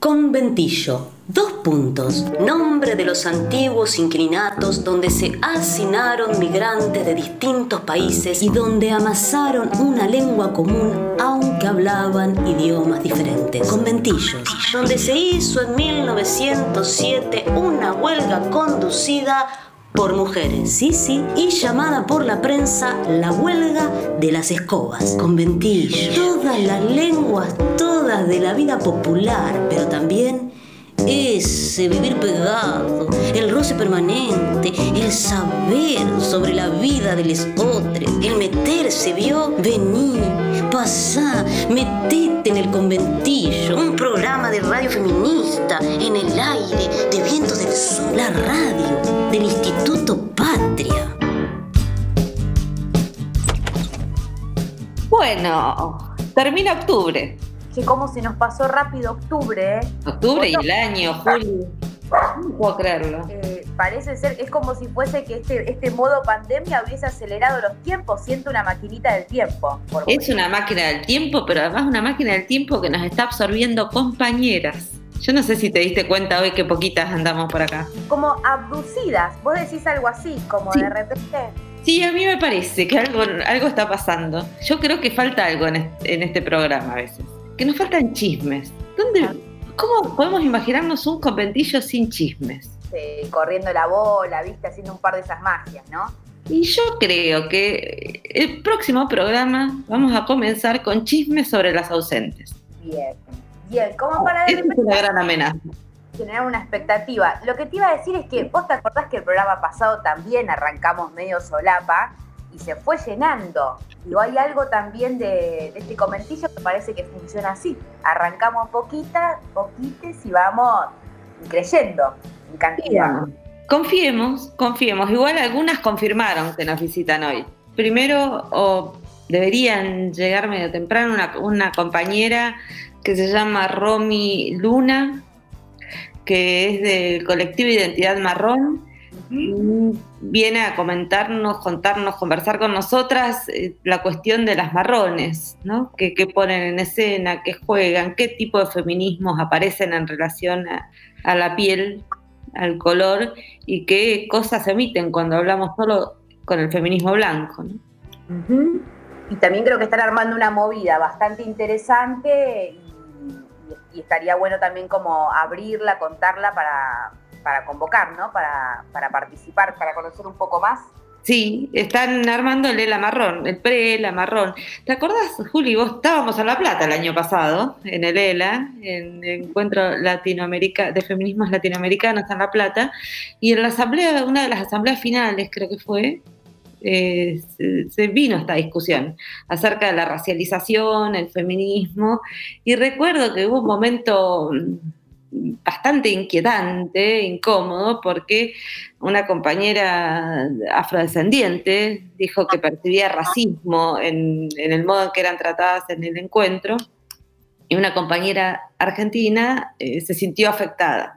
Conventillo, nombre de los antiguos inquilinatos donde se hacinaron migrantes de distintos países y donde amasaron una lengua común aunque hablaban idiomas diferentes. Conventillos, donde se hizo en 1907 una huelga conducida por mujeres, sí, y llamada por la prensa la huelga de las escobas. Conventillo, todas las lenguas, todas de la vida popular, pero también ese vivir pegado, el roce permanente, el saber sobre la vida de los otros, el meterse, ¿vio? Vení, pasá, metete en el conventillo, un programa de radio feminista en el aire de Vientos del Sur, la radio del Instituto Patria. Bueno, termina octubre. Que cómo se nos pasó rápido octubre. Octubre y el año, julio. No puedo creerlo. Parece ser, es como si fuese que este modo pandemia hubiese acelerado los tiempos. Siento una maquinita del tiempo. Es una máquina del tiempo, pero además una máquina del tiempo que nos está absorbiendo compañeras. Yo no sé si te diste cuenta hoy que poquitas andamos por acá. Como abducidas. Vos decís algo así, como sí. De repente. Sí, a mí me parece que algo está pasando. Yo creo que falta algo en este programa a veces. Que nos faltan chismes. ¿Cómo podemos imaginarnos un conventillo sin chismes? Sí, corriendo la bola, viste, haciendo un par de esas magias, ¿no? Y yo creo que el próximo programa vamos a comenzar con chismes sobre las ausentes. Bien, como para esa es una gran amenaza. Generar una expectativa. Lo que te iba a decir es que vos te acordás que el programa pasado también arrancamos medio solapa y se fue llenando. Digo, hay algo también de este conventillo que parece que funciona así. Arrancamos poquites y vamos creyendo en cantidad. Confiemos. Igual algunas confirmaron que nos visitan hoy. Primero, o deberían llegar medio temprano, una compañera que se llama Romy Luna, que es del colectivo Identidad Marrón. Viene a contarnos, conversar con nosotras la cuestión de las marrones, ¿no? ¿Qué ponen en escena, qué juegan, qué tipo de feminismos aparecen en relación a la piel, al color, y qué cosas se omiten cuando hablamos solo con el feminismo blanco, ¿no? Uh-huh. Y también creo que están armando una movida bastante interesante y estaría bueno también como abrirla, contarla para convocar, ¿no? Para participar, para conocer un poco más. Sí, están armando el ELA Marrón, el pre-ELA Marrón. ¿Te acordás, Juli? Vos estábamos en La Plata el año pasado, en el ELA, en el Encuentro de Feminismos Latinoamericanos en La Plata, y en la asamblea, una de las asambleas finales, creo que fue, se vino esta discusión acerca de la racialización, el feminismo, y recuerdo que hubo un momento bastante inquietante, incómodo, porque una compañera afrodescendiente dijo que percibía racismo en el modo en que eran tratadas en el encuentro, y una compañera argentina se sintió afectada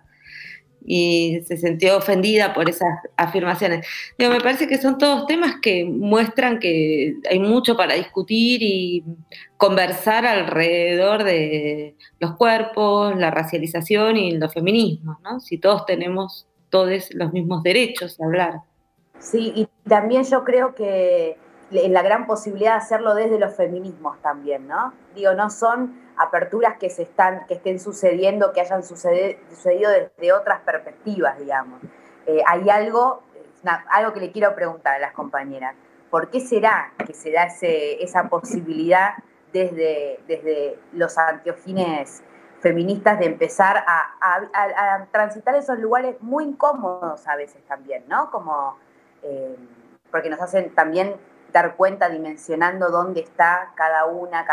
y se sintió ofendida por esas afirmaciones. Me parece que son todos temas que muestran que hay mucho para discutir y conversar alrededor de los cuerpos, la racialización y los feminismos, ¿no? Si todos tenemos los mismos derechos a hablar. Sí, y también yo creo que la gran posibilidad de hacerlo desde los feminismos también, ¿no? Digo, no son aperturas que estén sucediendo, que hayan sucedido desde otras perspectivas, digamos. Hay algo que le quiero preguntar a las compañeras. ¿Por qué será que se da esa posibilidad desde los anteojines feministas de empezar a transitar esos lugares muy incómodos a veces también, ¿no? Como, porque nos hacen también dar cuenta dimensionando dónde está cada una,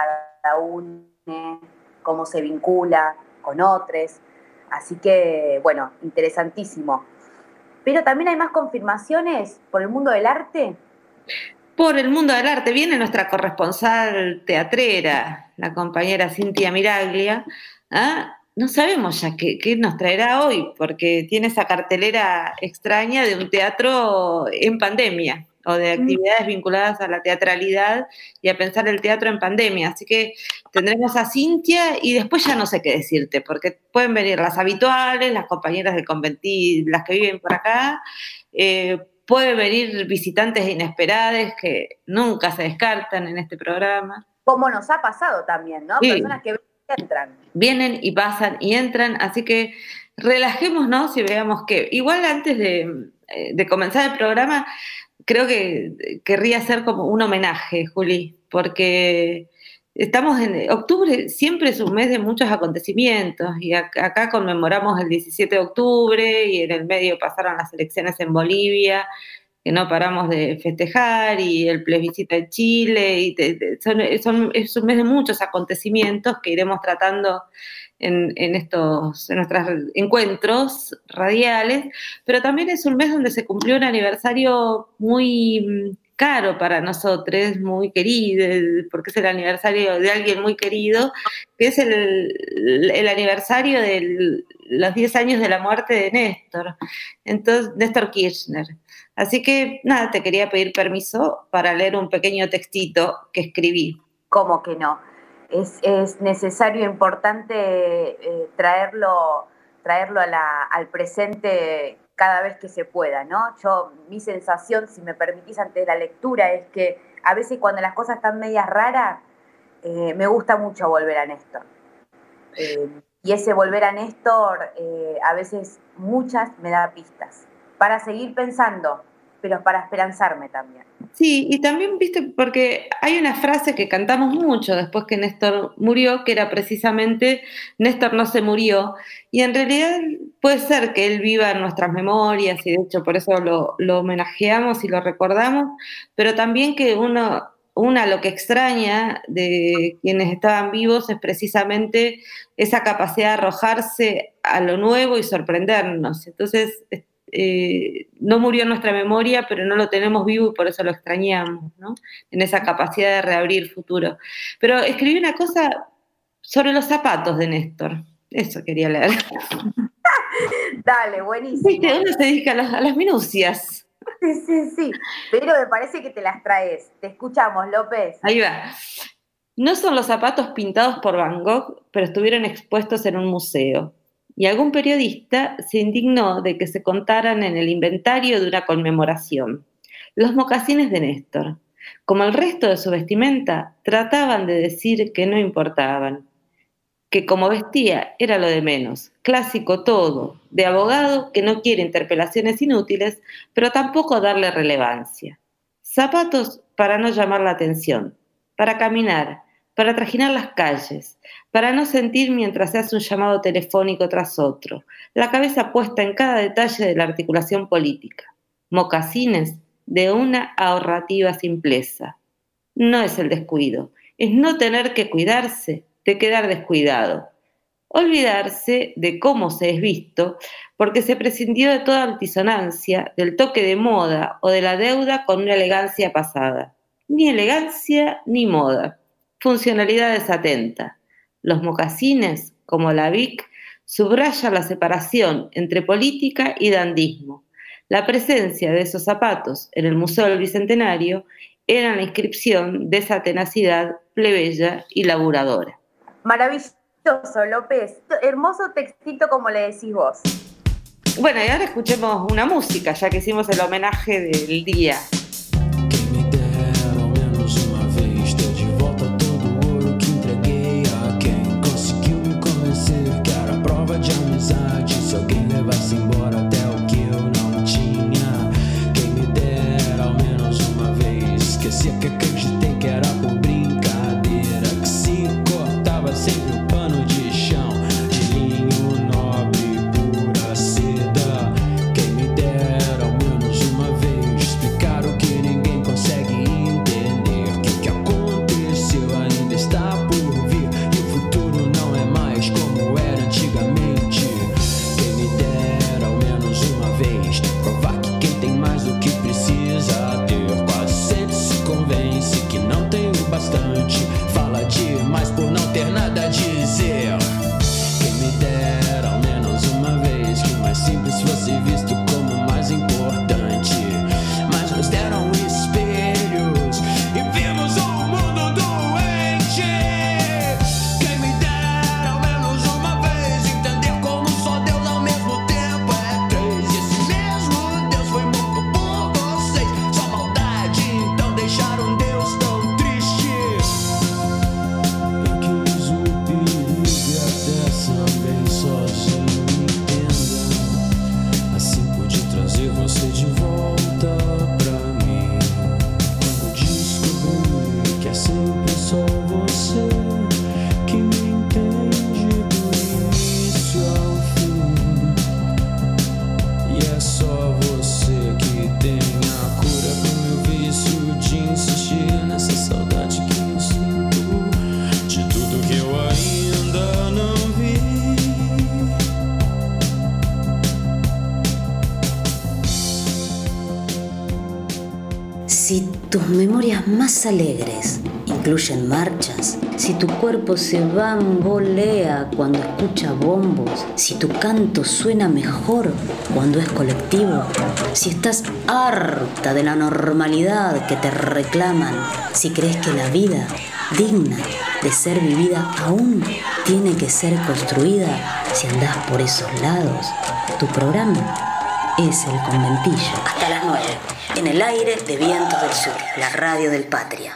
cómo se vincula con otros. Así que, bueno, interesantísimo. Pero también hay más confirmaciones por el mundo del arte. Por el mundo del arte viene nuestra corresponsal teatrera, la compañera Cintia Miraglia. No sabemos ya qué nos traerá hoy, porque tiene esa cartelera extraña de un teatro en pandemia. o de actividades vinculadas a la teatralidad y a pensar el teatro en pandemia. Así que tendremos a Cintia y después ya no sé qué decirte, porque pueden venir las habituales, las compañeras del Conventí, las que viven por acá, pueden venir visitantes inesperados que nunca se descartan en este programa. Como nos ha pasado también, ¿no? Sí. Personas que entran. Vienen y pasan y entran, así que relajémonos y veamos que, igual antes de comenzar el programa, creo que querría hacer como un homenaje, Juli, porque estamos en octubre, siempre es un mes de muchos acontecimientos, y acá conmemoramos el 17 de octubre, y en el medio pasaron las elecciones en Bolivia, que no paramos de festejar, y el plebiscito en Chile, y es un mes de muchos acontecimientos que iremos tratando en nuestros encuentros radiales, pero también es un mes donde se cumplió un aniversario muy caro para nosotros, muy querido, porque es el aniversario de alguien muy querido, que es el aniversario de los 10 años de la muerte de Néstor Kirchner. Así que, nada, te quería pedir permiso para leer un pequeño textito que escribí. ¿Cómo que no? Es necesario, importante traerlo al presente cada vez que se pueda, ¿no? Mi sensación, si me permitís, antes de la lectura, es que a veces cuando las cosas están medias raras, me gusta mucho volver a Néstor. Y ese volver a Néstor, a veces muchas me da pistas para seguir pensando, pero para esperanzarme también. Sí, y también, viste, porque hay una frase que cantamos mucho después que Néstor murió, que era precisamente, Néstor no se murió, y en realidad puede ser que él viva en nuestras memorias, y de hecho por eso lo homenajeamos y lo recordamos, pero también que una lo que extraña de quienes estaban vivos es precisamente esa capacidad de arrojarse a lo nuevo y sorprendernos. Entonces, no murió en nuestra memoria, pero no lo tenemos vivo y por eso lo extrañamos, ¿no? En esa capacidad de reabrir futuro. Pero escribí una cosa sobre los zapatos de Néstor. Eso quería leer. Dale, buenísimo. ¿Viste? Uno se dedica a las minucias. Sí. Pero me parece que te las traes. Te escuchamos, López. Ahí va. No son los zapatos pintados por Van Gogh, pero estuvieron expuestos en un museo. Y algún periodista se indignó de que se contaran en el inventario de una conmemoración. Los mocasines de Néstor, como el resto de su vestimenta, trataban de decir que no importaban, que como vestía era lo de menos, clásico todo, de abogado que no quiere interpelaciones inútiles, pero tampoco darle relevancia. Zapatos para no llamar la atención, para caminar, para trajinar las calles, para no sentir mientras se hace un llamado telefónico tras otro, la cabeza puesta en cada detalle de la articulación política. Mocasines de una ahorrativa simpleza. No es el descuido, es no tener que cuidarse de quedar descuidado. Olvidarse de cómo se es visto, porque se prescindió de toda altisonancia, del toque de moda o de la deuda con una elegancia pasada. Ni elegancia ni moda. Funcionalidad desatenta. Los mocasines, como la Vic, subrayan la separación entre política y dandismo. La presencia de esos zapatos en el Museo del Bicentenario era la inscripción de esa tenacidad plebeya y laburadora. Maravilloso, López. Hermoso textito, como le decís vos. Bueno, y ahora escuchemos una música, ya que hicimos el homenaje del día. Se alguém levasse embora até o que eu não tinha, quem me dera ao menos uma vez esquecer que acreditei que era por brincadeira, que se cortava sempre o pano de chão de linho nobre, pura seda. Quem me dera ao menos uma vez explicar o memorias más alegres incluyen marchas, si tu cuerpo se bambolea cuando escucha bombos, si tu canto suena mejor cuando es colectivo, si estás harta de la normalidad que te reclaman, si crees que la vida digna de ser vivida aún tiene que ser construida, si andás por esos lados, tu programa es El Conventillo. Hasta las 9, en el aire de Vientos del Sur, la radio del Patria.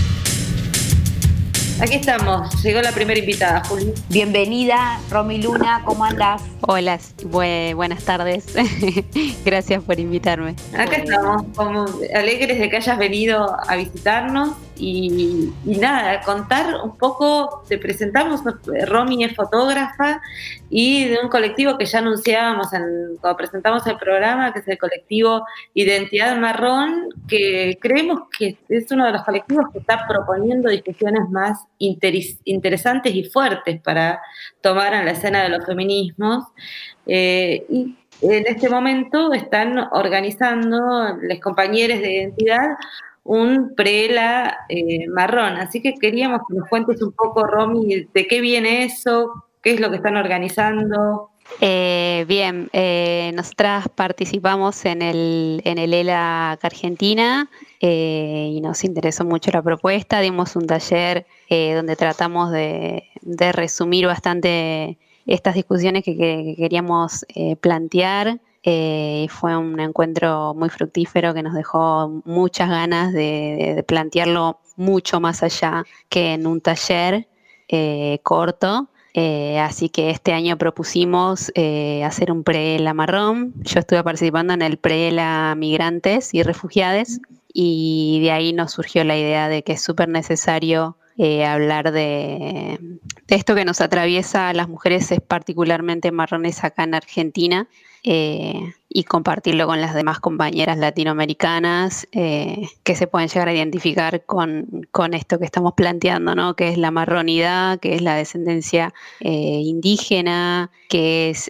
Aquí estamos, llegó la primera invitada, Juli. Bienvenida, Romy Luna, ¿cómo andás? Hola, buenas tardes. Gracias por invitarme. Acá estamos, como alegres de que hayas venido a visitarnos y nada, contar un poco, te presentamos, Romy es fotógrafa y de un colectivo que ya anunciábamos cuando presentamos el programa, que es el colectivo Identidad Marrón, que creemos que es uno de los colectivos que está proponiendo discusiones más interesantes y fuertes para tomar en la escena de los feminismos. Y en este momento están organizando los compañeros de identidad un prela marrón, así que queríamos que nos cuentes un poco, Romy, de qué viene eso, qué es lo que están organizando. Bien, nosotras participamos en el ELA Argentina y nos interesó mucho la propuesta. Dimos un taller donde tratamos de resumir bastante estas discusiones que queríamos plantear. Fue un encuentro muy fructífero que nos dejó muchas ganas de plantearlo mucho más allá que en un taller corto. Así que este año propusimos hacer un pre-ELA marrón. Yo estuve participando en el pre-ELA migrantes y refugiados y de ahí nos surgió la idea de que es súper necesario hablar de esto que nos atraviesa a las mujeres, es particularmente marrones acá en Argentina, y compartirlo con las demás compañeras latinoamericanas que se pueden llegar a identificar con esto que estamos planteando, ¿no? Que es la marronidad, que es la descendencia indígena, que es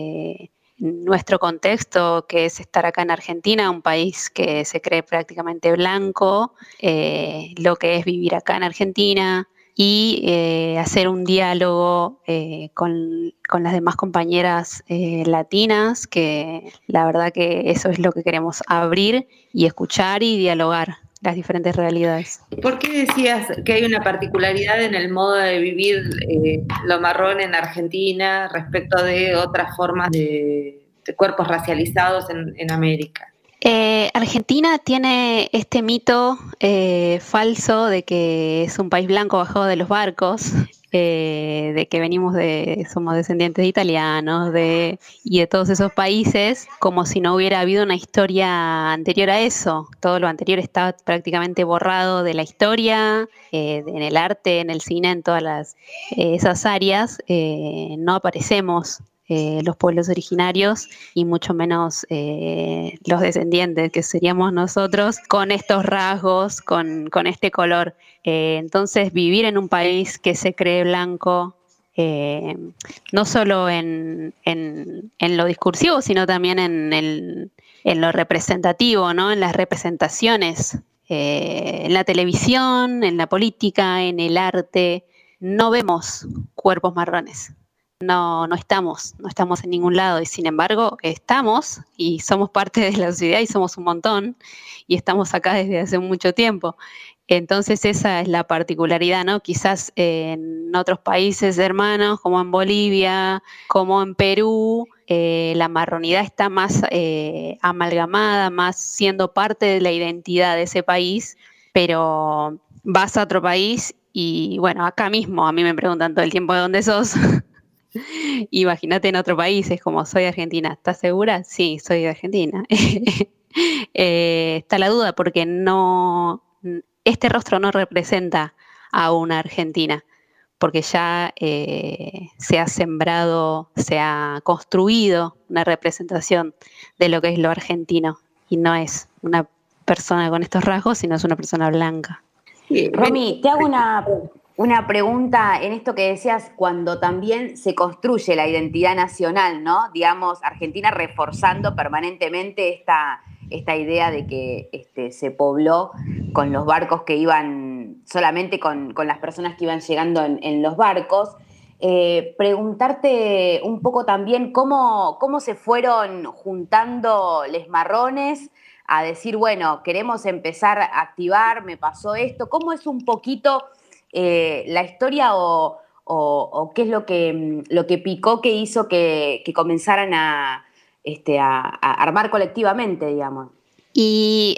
nuestro contexto, que es estar acá en Argentina, un país que se cree prácticamente blanco, lo que es vivir acá en Argentina, y hacer un diálogo con las demás compañeras latinas, que la verdad que eso es lo que queremos abrir y escuchar y dialogar las diferentes realidades. ¿Por qué decías que hay una particularidad en el modo de vivir lo marrón en Argentina respecto de otras formas de cuerpos racializados en América? Argentina tiene este mito falso de que es un país blanco bajado de los barcos, de que somos descendientes de italianos y de todos esos países, como si no hubiera habido una historia anterior a eso. Todo lo anterior está prácticamente borrado de la historia, en el arte, en el cine, en todas esas áreas. No aparecemos los pueblos originarios y mucho menos los descendientes, que seríamos nosotros, con estos rasgos, con este color. Entonces, vivir en un país que se cree blanco, no solo en lo discursivo, sino también en lo representativo, ¿no? En las representaciones, en la televisión, en la política, en el arte, no vemos cuerpos marrones. No estamos en ningún lado y sin embargo estamos y somos parte de la sociedad y somos un montón y estamos acá desde hace mucho tiempo. Entonces esa es la particularidad, ¿no? Quizás en otros países hermanos como en Bolivia, como en Perú, la marronidad está más amalgamada, más siendo parte de la identidad de ese país, pero vas a otro país y bueno, acá mismo a mí me preguntan todo el tiempo de dónde sos. Imagínate en otro país, es como soy argentina. ¿Estás segura? Sí, soy de Argentina. Está la duda porque este rostro no representa a una argentina, porque ya se ha sembrado, se ha construido una representación de lo que es lo argentino y no es una persona con estos rasgos, sino es una persona blanca. Romy, te hago una pregunta en esto que decías, cuando también se construye la identidad nacional, ¿no? Digamos, Argentina reforzando permanentemente esta idea de que se pobló con los barcos que iban, solamente con las personas que iban llegando en los barcos. Preguntarte un poco también cómo se fueron juntando les marrones a decir, bueno, queremos empezar a activar, me pasó esto. ¿Cómo es un poquito la historia o qué es lo que picó, que hizo que comenzaran a armar colectivamente, digamos? Y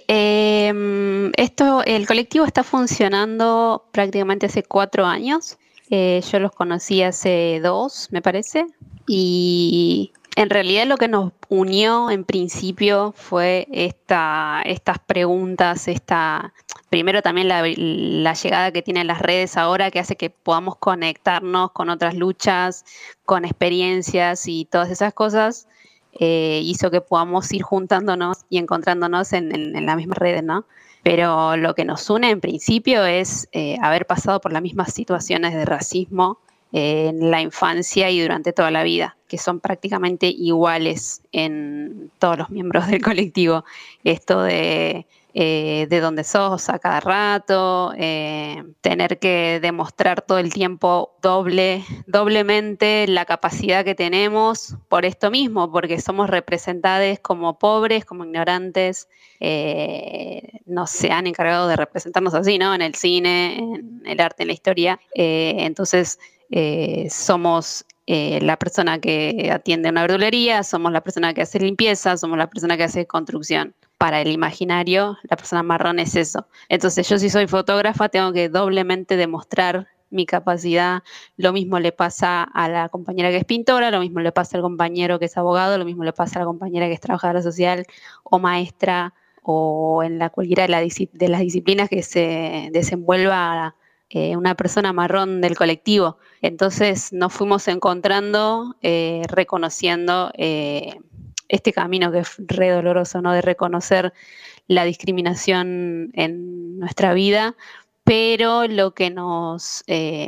el colectivo está funcionando prácticamente hace 4 años. Yo los conocí hace 2, me parece. Y en realidad lo que nos unió en principio fue estas preguntas, primero también la llegada que tienen las redes ahora, que hace que podamos conectarnos con otras luchas, con experiencias y todas esas cosas. Hizo que podamos ir juntándonos y encontrándonos en las mismas redes, ¿no? Pero lo que nos une en principio es haber pasado por las mismas situaciones de racismo en la infancia y durante toda la vida, que son prácticamente iguales en todos los miembros del colectivo. Esto de dónde sos a cada rato, tener que demostrar todo el tiempo doblemente la capacidad que tenemos por esto mismo, porque somos representados como pobres, como ignorantes. Nos se han encargado de representarnos así, ¿no? En el cine, en el arte, en la historia. Entonces, somos la persona que atiende una verdulería, somos la persona que hace limpieza, somos la persona que hace construcción. Para el imaginario, la persona marrón es eso. Entonces, yo si soy fotógrafa tengo que doblemente demostrar mi capacidad. Lo mismo le pasa a la compañera que es pintora, lo mismo le pasa al compañero que es abogado, lo mismo le pasa a la compañera que es trabajadora social o maestra, o en cualquiera de las disciplinas que se desenvuelva una persona marrón del colectivo. Entonces nos fuimos encontrando, reconociendo este camino que es re doloroso, ¿no? De reconocer la discriminación en nuestra vida, pero lo que nos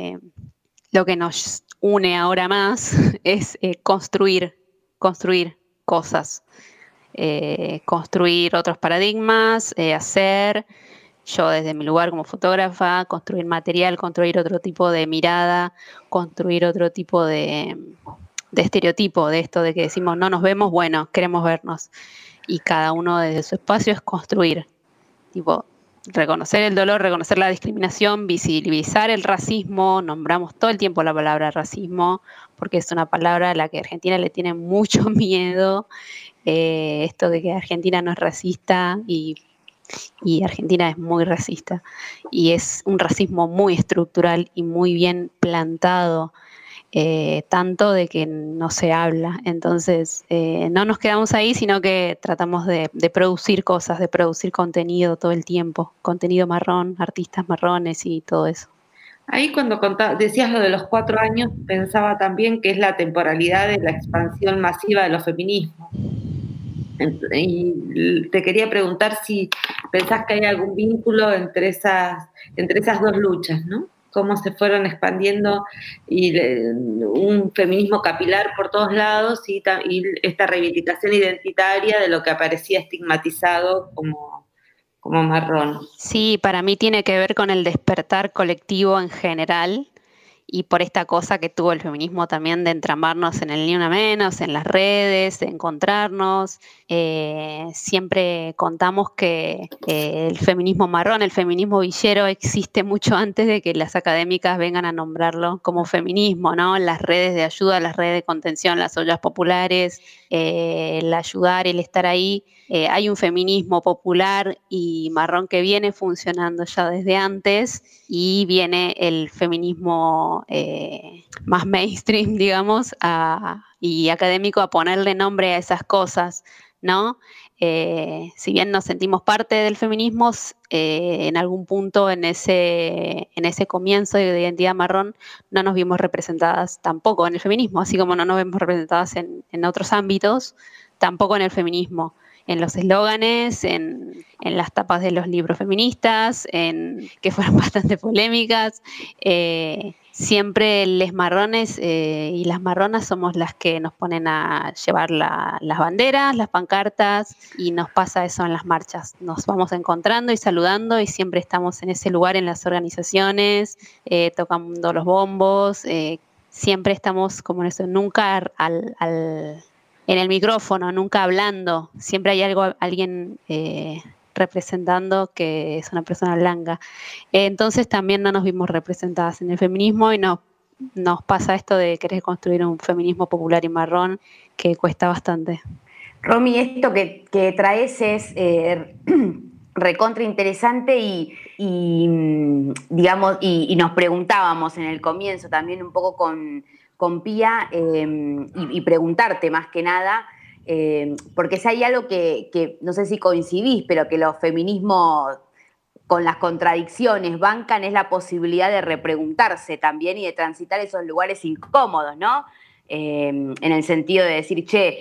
une ahora más es construir cosas, construir otros paradigmas, hacer, yo desde mi lugar como fotógrafa, construir material, construir otro tipo de mirada, construir otro tipo de estereotipo de esto de que decimos no nos vemos, bueno, queremos vernos. Y cada uno desde su espacio es construir. Tipo, reconocer el dolor, reconocer la discriminación, visibilizar el racismo. Nombramos todo el tiempo la palabra racismo, porque es una palabra a la que Argentina le tiene mucho miedo. Esto de que Argentina no es racista y Argentina es muy racista. Y es un racismo muy estructural y muy bien plantado. Tanto de que no se habla. Entonces, no nos quedamos ahí, sino que tratamos de producir cosas, de producir contenido todo el tiempo, contenido marrón, artistas marrones y todo eso. Ahí cuando decías lo de los 4 años, pensaba también que es la temporalidad de la expansión masiva de los feminismos. Y te quería preguntar si pensás que hay algún vínculo entre esas 2 luchas, ¿no? Cómo se fueron expandiendo y un feminismo capilar por todos lados y esta reivindicación identitaria de lo que aparecía estigmatizado como marrón. Sí, para mí tiene que ver con el despertar colectivo en general y por esta cosa que tuvo el feminismo también de entramarnos en el Ni Una Menos, en las redes, de encontrarnos. Siempre contamos que el feminismo marrón, el feminismo villero existe mucho antes de que las académicas vengan a nombrarlo como feminismo, ¿no? Las redes de ayuda, las redes de contención, las ollas populares, el ayudar, el estar ahí. Hay un feminismo popular y marrón que viene funcionando ya desde antes y viene el feminismo más mainstream, digamos, y académico a ponerle nombre a esas cosas, ¿no? Si bien nos sentimos parte del feminismo, en algún punto en ese comienzo de identidad marrón no nos vimos representadas tampoco en el feminismo, así como no nos vemos representadas en otros ámbitos, tampoco en el feminismo. En los eslóganes, en las tapas de los libros feministas, que fueron bastante polémicas, siempre les marrones y las marronas somos las que nos ponen a llevar las banderas, las pancartas, y nos pasa eso en las marchas. Nos vamos encontrando y saludando y siempre estamos en ese lugar en las organizaciones, tocando los bombos, siempre estamos como en eso, nunca en el micrófono, nunca hablando, siempre hay alguien representando que es una persona blanca. Entonces también no nos vimos representadas en el feminismo y nos pasa esto de querer construir un feminismo popular y marrón que cuesta bastante. Romy, esto que traes es recontra interesante digamos, y nos preguntábamos en el comienzo también un poco con Pía y preguntarte más que nada, porque si hay algo que no sé si coincidís, pero que los feminismos con las contradicciones bancan es la posibilidad de repreguntarse también y de transitar esos lugares incómodos, ¿no? En el sentido de decir, che,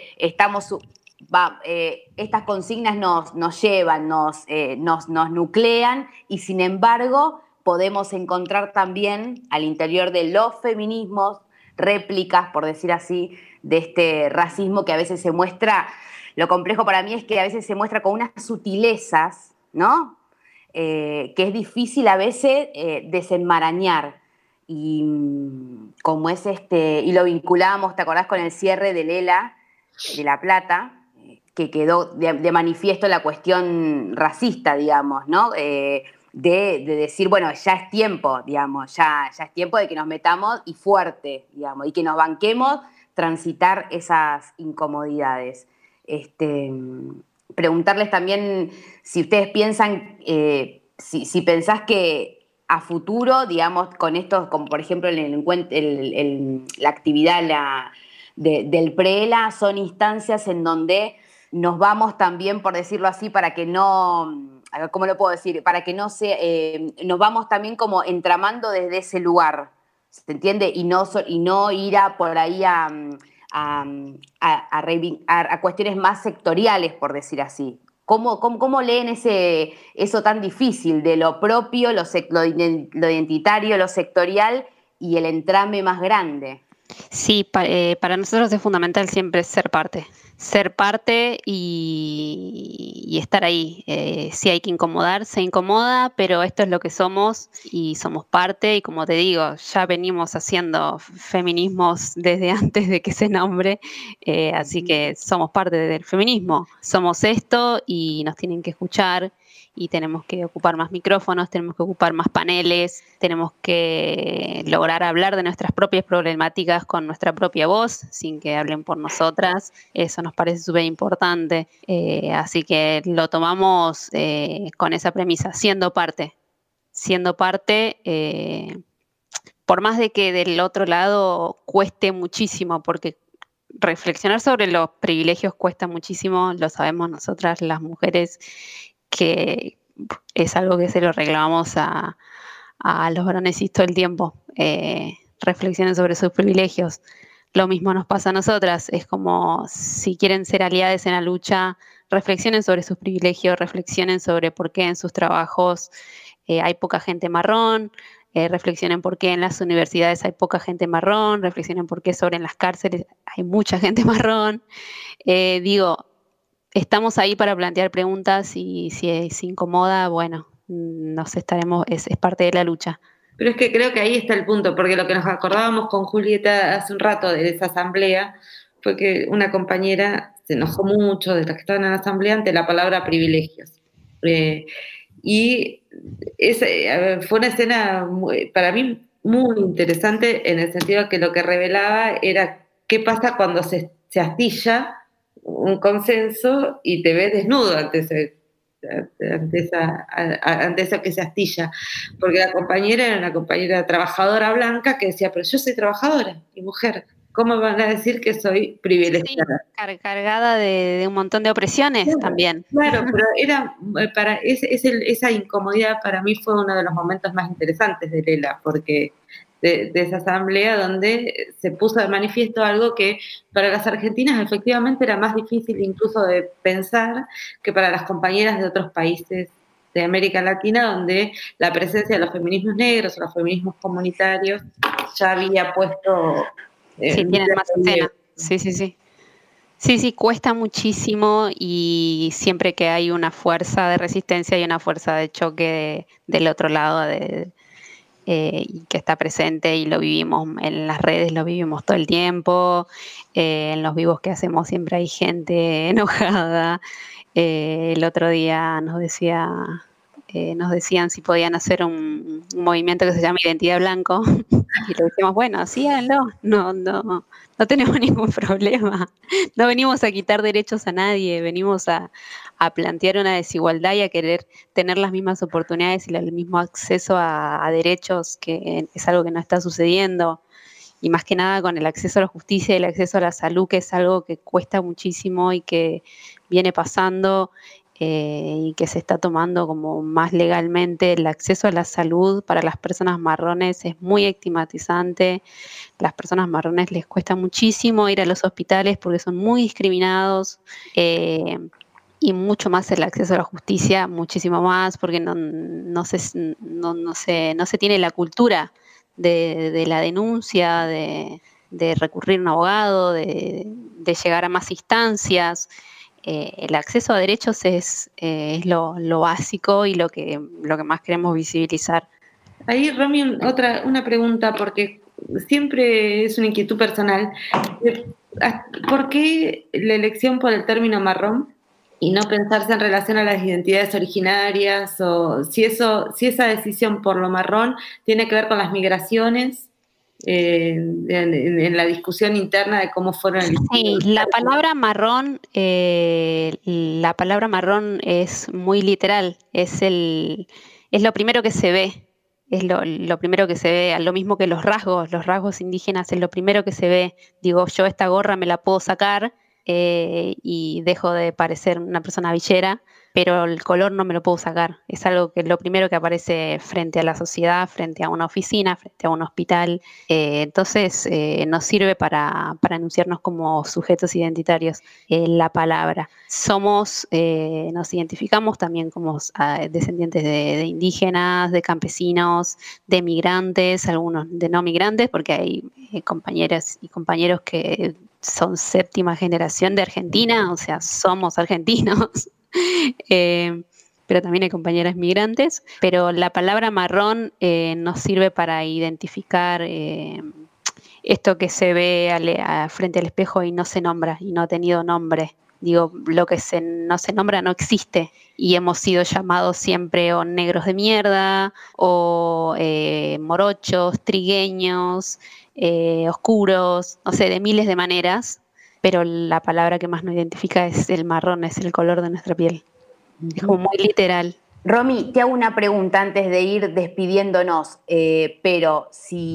estas consignas nos llevan, nos nuclean y sin embargo podemos encontrar también al interior de los feminismos réplicas, por decir así, de este racismo que a veces se muestra, lo complejo para mí es que a veces se muestra con unas sutilezas, ¿no? Que es difícil a veces desenmarañar. Y como es y lo vinculamos, ¿te acordás con el cierre del ELA de La Plata? Que quedó de manifiesto la cuestión racista, digamos, ¿no? De decir, bueno, ya es tiempo, digamos, ya es tiempo de que nos metamos y fuerte, digamos, y que nos banquemos transitar esas incomodidades. Preguntarles también si ustedes piensan, si pensás que a futuro, digamos, con estos, como por ejemplo la actividad del PRELA, son instancias en donde nos vamos también, por decirlo así, para que no, ¿cómo lo puedo decir? Para que no nos vamos también como entramando desde ese lugar, ¿se entiende? Y no ir por ahí a cuestiones más sectoriales, por decir así. ¿Cómo leen eso tan difícil de lo propio, lo identitario, lo sectorial y el entrame más grande? Sí, para nosotros es fundamental siempre ser parte y estar ahí. Si hay que incomodar, se incomoda, pero esto es lo que somos y somos parte. Y como te digo, ya venimos haciendo feminismos desde antes de que se nombre, así que somos parte del feminismo. Somos esto y nos tienen que escuchar. Y tenemos que ocupar más micrófonos, tenemos que ocupar más paneles, tenemos que lograr hablar de nuestras propias problemáticas con nuestra propia voz, sin que hablen por nosotras. Eso nos parece súper importante. Así que lo tomamos con esa premisa, siendo parte. Por más de que del otro lado cueste muchísimo, porque reflexionar sobre los privilegios cuesta muchísimo, lo sabemos nosotras las mujeres, que es algo que se lo reclamamos a los varones todo el tiempo. Reflexionen sobre sus privilegios. Lo mismo nos pasa a nosotras. Es como si quieren ser aliadas en la lucha, reflexionen sobre sus privilegios, reflexionen sobre por qué en sus trabajos hay poca gente marrón, reflexionen por qué en las universidades hay poca gente marrón, reflexionen por qué sobre en las cárceles hay mucha gente marrón. Estamos ahí para plantear preguntas y si se incomoda, bueno, es parte de la lucha. Pero es que creo que ahí está el punto, porque lo que nos acordábamos con Julieta hace un rato de esa asamblea fue que una compañera se enojó mucho de las que estaban en la asamblea ante la palabra privilegios. Y fue una escena para mí muy interesante en el sentido que lo que revelaba era qué pasa cuando se astilla un consenso y te ves desnudo ante eso que se astilla, porque la compañera era una compañera trabajadora blanca que decía, pero yo soy trabajadora y mujer, ¿cómo van a decir que soy privilegiada? Sí, cargada de un montón de opresiones también. Claro, pero esa incomodidad para mí fue uno de los momentos más interesantes de Lela, porque de esa asamblea donde se puso de manifiesto algo que para las argentinas efectivamente era más difícil incluso de pensar que para las compañeras de otros países de América Latina, donde la presencia de los feminismos negros o los feminismos comunitarios ya había puesto Sí, tienen más escena. relieve. Sí. Sí, cuesta muchísimo y siempre que hay una fuerza de resistencia hay una fuerza de choque del otro lado y que está presente y lo vivimos en las redes, lo vivimos todo el tiempo, en los vivos que hacemos siempre hay gente enojada. El otro día nos decían si podían hacer un movimiento que se llama Identidad Blanco y le decimos, bueno, sí, háganlo, no tenemos ningún problema, no venimos a quitar derechos a nadie, venimos a plantear una desigualdad y a querer tener las mismas oportunidades y el mismo acceso a derechos, que es algo que no está sucediendo. Y más que nada con el acceso a la justicia y el acceso a la salud, que es algo que cuesta muchísimo y que viene pasando y que se está tomando como más legalmente. El acceso a la salud para las personas marrones es muy estigmatizante. Las personas marrones les cuesta muchísimo ir a los hospitales porque son muy discriminados. Y mucho más el acceso a la justicia, muchísimo más, porque no se tiene la cultura de la denuncia, de recurrir a un abogado, de llegar a más instancias. El acceso a derechos es lo básico y lo que más queremos visibilizar. Ahí, Romy, una pregunta, porque siempre es una inquietud personal. ¿Por qué la elección por el término marrón y no pensarse en relación a las identidades originarias, o si esa decisión por lo marrón tiene que ver con las migraciones en la discusión interna de cómo fueron elegidos? Sí, la palabra marrón es muy literal, es lo primero que se ve, es lo primero que se ve, lo mismo que los rasgos indígenas es lo primero que se ve. Digo, yo esta gorra me la puedo sacar y dejo de parecer una persona villera, pero el color no me lo puedo sacar. Es algo que es lo primero que aparece frente a la sociedad, frente a una oficina, frente a un hospital. Entonces nos sirve para anunciarnos como sujetos identitarios la palabra. Nos identificamos también como descendientes de indígenas, de campesinos, de migrantes, algunos de no migrantes, porque hay compañeras y compañeros que son séptima generación de Argentina, o sea, somos argentinos. Pero también hay compañeras migrantes, pero la palabra marrón nos sirve para identificar esto que se ve frente al espejo y no se nombra y no ha tenido nombre. Digo, lo que no se nombra no existe y hemos sido llamados siempre o negros de mierda o morochos, trigueños, oscuros, no sé, de miles de maneras, pero la palabra que más nos identifica es el marrón, es el color de nuestra piel. Es como muy literal. Romy, te hago una pregunta antes de ir despidiéndonos, pero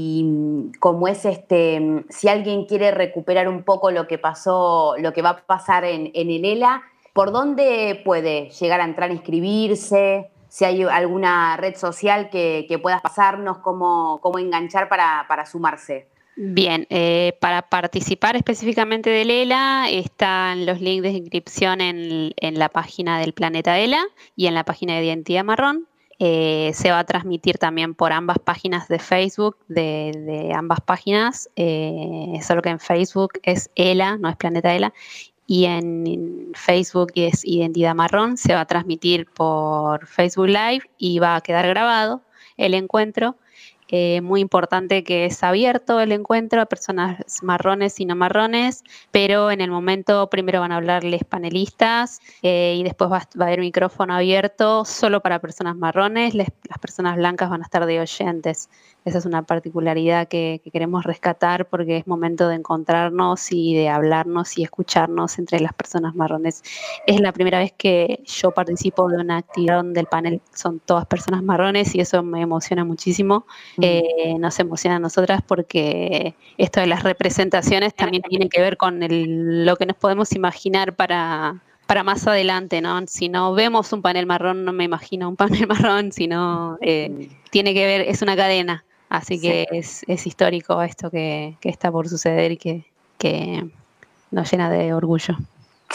como es si alguien quiere recuperar un poco lo que pasó, lo que va a pasar en el ELA, ¿por dónde puede llegar a entrar a inscribirse? Si hay alguna red social que puedas pasarnos, cómo enganchar para sumarse. Bien, para participar específicamente del ELA están los links de inscripción en la página del Planeta ELA y en la página de Identidad Marrón. Se va a transmitir también por ambas páginas de Facebook, de ambas páginas, solo que en Facebook es ELA, no es Planeta ELA, y en Facebook es Identidad Marrón. Se va a transmitir por Facebook Live y va a quedar grabado el encuentro. Muy importante que es abierto el encuentro a personas marrones y no marrones, pero en el momento primero van a hablarles panelistas y después va a haber micrófono abierto solo para personas marrones. Las personas blancas van a estar de oyentes. Esa es una particularidad que queremos rescatar porque es momento de encontrarnos y de hablarnos y escucharnos entre las personas marrones. Es la primera vez que yo participo de una actividad donde el panel son todas personas marrones y eso me emociona muchísimo. Nos emociona a nosotras porque esto de las representaciones también tiene que ver con lo que nos podemos imaginar para más adelante, ¿no? Si no vemos un panel marrón, no me imagino un panel marrón, sino tiene que ver, es una cadena. Así que es histórico esto que está por suceder y que nos llena de orgullo.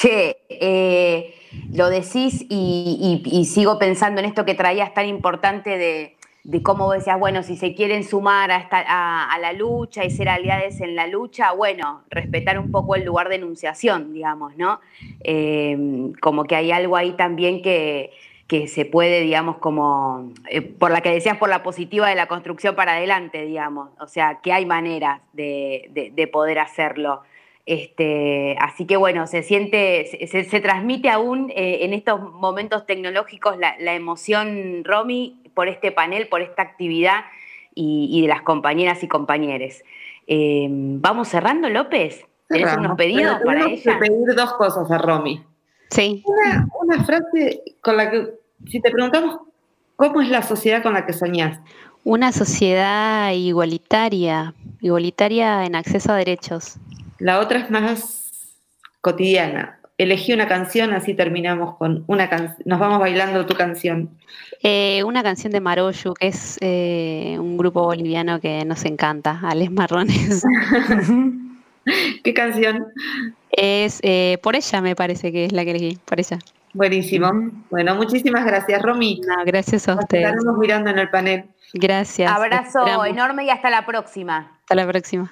Che, lo decís y sigo pensando en esto que traías tan importante de cómo vos decías, bueno, si se quieren sumar a la lucha y ser aliados en la lucha, bueno, respetar un poco el lugar de enunciación, digamos, ¿no? Como que hay algo ahí también que se puede, digamos, como, por la que decías, por la positiva de la construcción para adelante, digamos, o sea, que hay maneras de poder hacerlo. Así que bueno, se transmite aún en estos momentos tecnológicos la emoción, Romy, por este panel, por esta actividad y de las compañeras y compañeros. ¿Vamos cerrando, López? ¿Tenés unos pedidos para ella? Tenemos que pedir 2 cosas a Romy. Sí. Una frase con la que, si te preguntamos, ¿cómo es la sociedad con la que soñás? Una sociedad igualitaria en acceso a derechos. La otra es más cotidiana. Elegí una canción, así terminamos con una canción. Nos vamos bailando tu canción. Una canción de Maroyu, que es un grupo boliviano que nos encanta, Ales Marrones. ¿Qué canción? Es Por ella, me parece que es la que elegí, Por ella. Buenísimo. Bueno, muchísimas gracias, Romy. No, gracias a Nos ustedes. estaremos mirando en el panel. Gracias. Abrazo enorme y hasta la próxima. Hasta la próxima.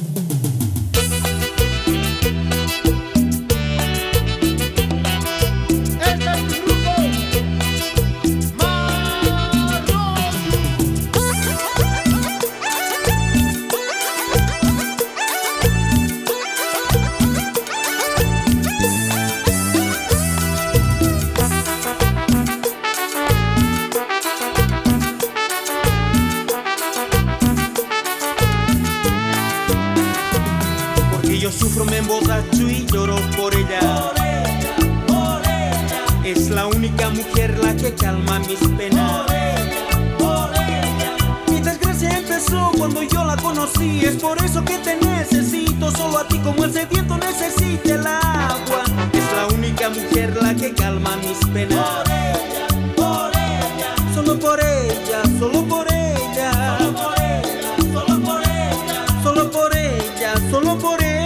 Yo sufro, me emborracho y lloro por ella. Por ella. Es la única mujer la que calma mis penas. Por ella. Mi desgracia empezó cuando yo la conocí. Es por eso que te necesito, solo a ti como el sediento necesita el agua. Es la única mujer la que calma mis penas. Por ella. Solo por ella, solo por ella. Solo por ella, solo por ella. Solo por ella, solo por ella.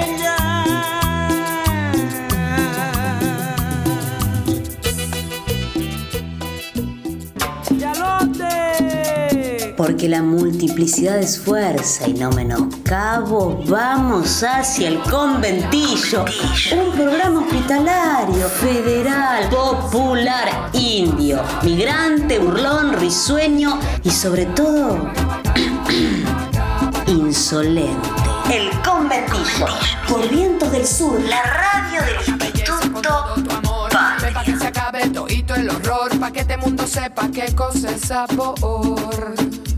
Porque la multiplicidad es fuerza y no menoscabo, vamos hacia el conventillo. Un programa hospitalario, federal, popular, indio, migrante, burlón, risueño y sobre todo, insolente. El conventillo, por Vientos del Sur, la radio del Instituto Patria. Pa' que se acabe todito el horror, pa' que este mundo sepa qué cosa es sabor.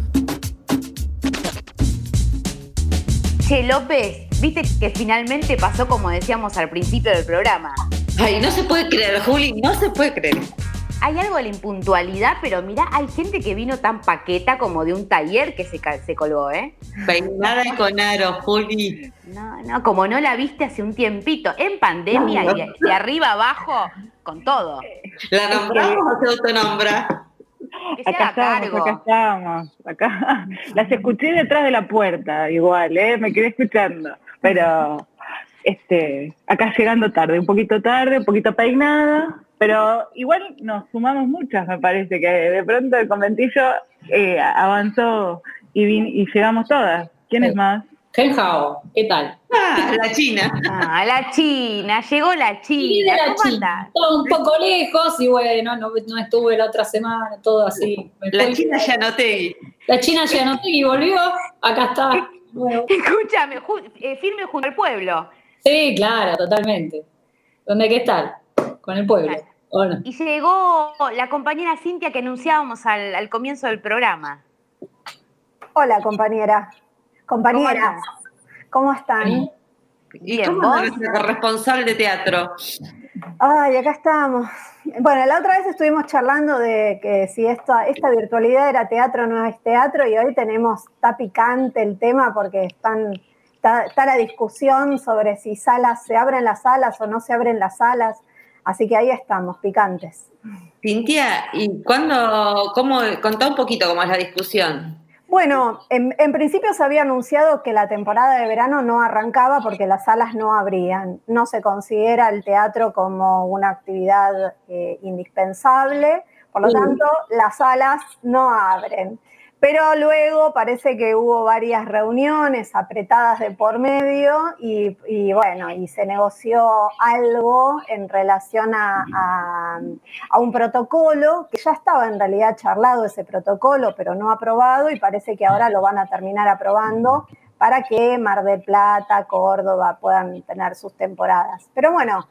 Che, López, viste que finalmente pasó como decíamos al principio del programa. Ay, no se puede creer, Juli, no se puede creer. Hay algo de la impuntualidad, pero mirá, hay gente que vino tan paqueta como de un taller que se colgó, ¿eh? Peinada con aro, Juli. No, como no la viste hace un tiempito, en pandemia y de arriba abajo, con todo. ¿La nombramos o se autonombra? Que se haga cargo. Acá estamos. Las escuché detrás de la puerta, igual, me quedé escuchando. Pero, acá llegando tarde, un poquito peinada. Pero igual nos sumamos muchas, me parece, que de pronto el conventillo avanzó y llegamos todas. ¿Quiénes más? Genjao, ¿qué tal? La China. La China, llegó la China. ¿Cómo andás? Todo un poco lejos y bueno, no estuve la otra semana, todo así. La China Gianotegui. La China Gianotegui volvió, acá está. Nuevo. Escúchame, firme junto al pueblo. Sí, claro, totalmente. ¿Dónde hay que estar? Con el pueblo. Claro. ¿O no? Y llegó la compañera Cintia que anunciábamos al comienzo del programa. Hola, compañeras, ¿cómo están? ¿Y Bien, cómo ¿vos? es nuestra corresponsal de teatro? Ay, acá estamos. Bueno, la otra vez estuvimos charlando de que si esta virtualidad era teatro o no es teatro, y hoy está picante el tema porque está la discusión sobre si se abren las salas o no se abren las salas, así que ahí estamos, picantes. Cintia, ¿y contá un poquito cómo es la discusión? Bueno, en principio se había anunciado que la temporada de verano no arrancaba porque las salas no abrían. No se considera el teatro como una actividad indispensable, por lo tanto, las salas no abren. Pero luego parece que hubo varias reuniones apretadas de por medio y bueno, y se negoció algo en relación a un protocolo que ya estaba en realidad charlado ese protocolo, pero no aprobado, y parece que ahora lo van a terminar aprobando para que Mar del Plata, Córdoba puedan tener sus temporadas. Pero bueno,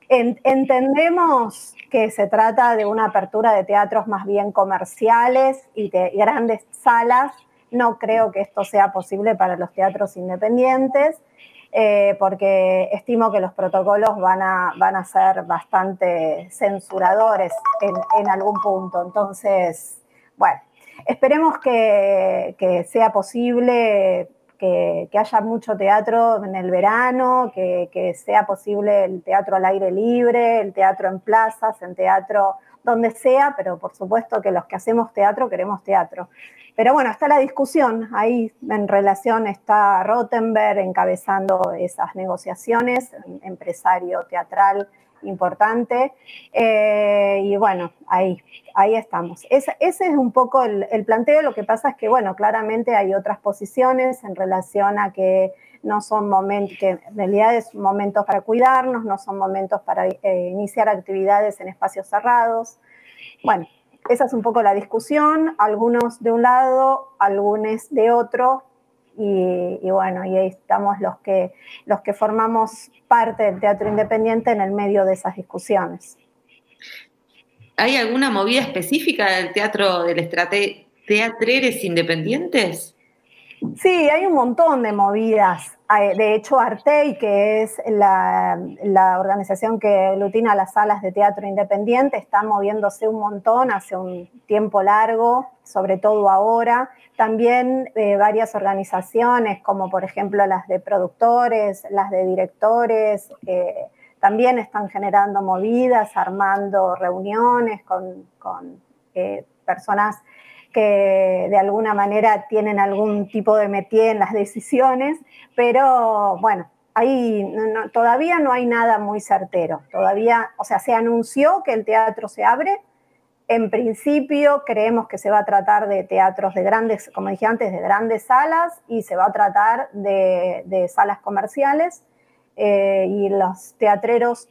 entendemos que se trata de una apertura de teatros más bien comerciales y de grandes salas. No creo que esto sea posible para los teatros independientes, porque estimo que los protocolos van a ser bastante censuradores en algún punto. Entonces, bueno, esperemos que sea posible que haya mucho teatro en el verano, que sea posible el teatro al aire libre, el teatro en plazas, en teatro donde sea, pero por supuesto que los que hacemos teatro queremos teatro. Pero bueno, está la discusión, ahí en relación está Rottenberg encabezando esas negociaciones, un empresario teatral importante, y bueno, ahí estamos. Ese es un poco el planteo. Lo que pasa es que, bueno, claramente hay otras posiciones en relación a que no son momentos, que en realidad es momentos para cuidarnos, no son momentos para iniciar actividades en espacios cerrados. Bueno, esa es un poco la discusión, algunos de un lado, algunos de otro, y bueno, y ahí estamos los que formamos parte del teatro independiente en el medio de esas discusiones. ¿Hay alguna movida específica del teatro, de los teatreres independientes? Sí, hay un montón de movidas. De hecho, Artei, que es la organización que aglutina las salas de teatro independiente, está moviéndose un montón hace un tiempo largo, sobre todo ahora. También varias organizaciones, como por ejemplo las de productores, las de directores, también están generando movidas, armando reuniones con personas que de alguna manera tienen algún tipo de métier en las decisiones, pero bueno, ahí todavía no hay nada muy certero. Todavía, o sea, se anunció que el teatro se abre. En principio creemos que se va a tratar de teatros de grandes, como dije antes, de grandes salas, y se va a tratar de salas comerciales, y los teatreras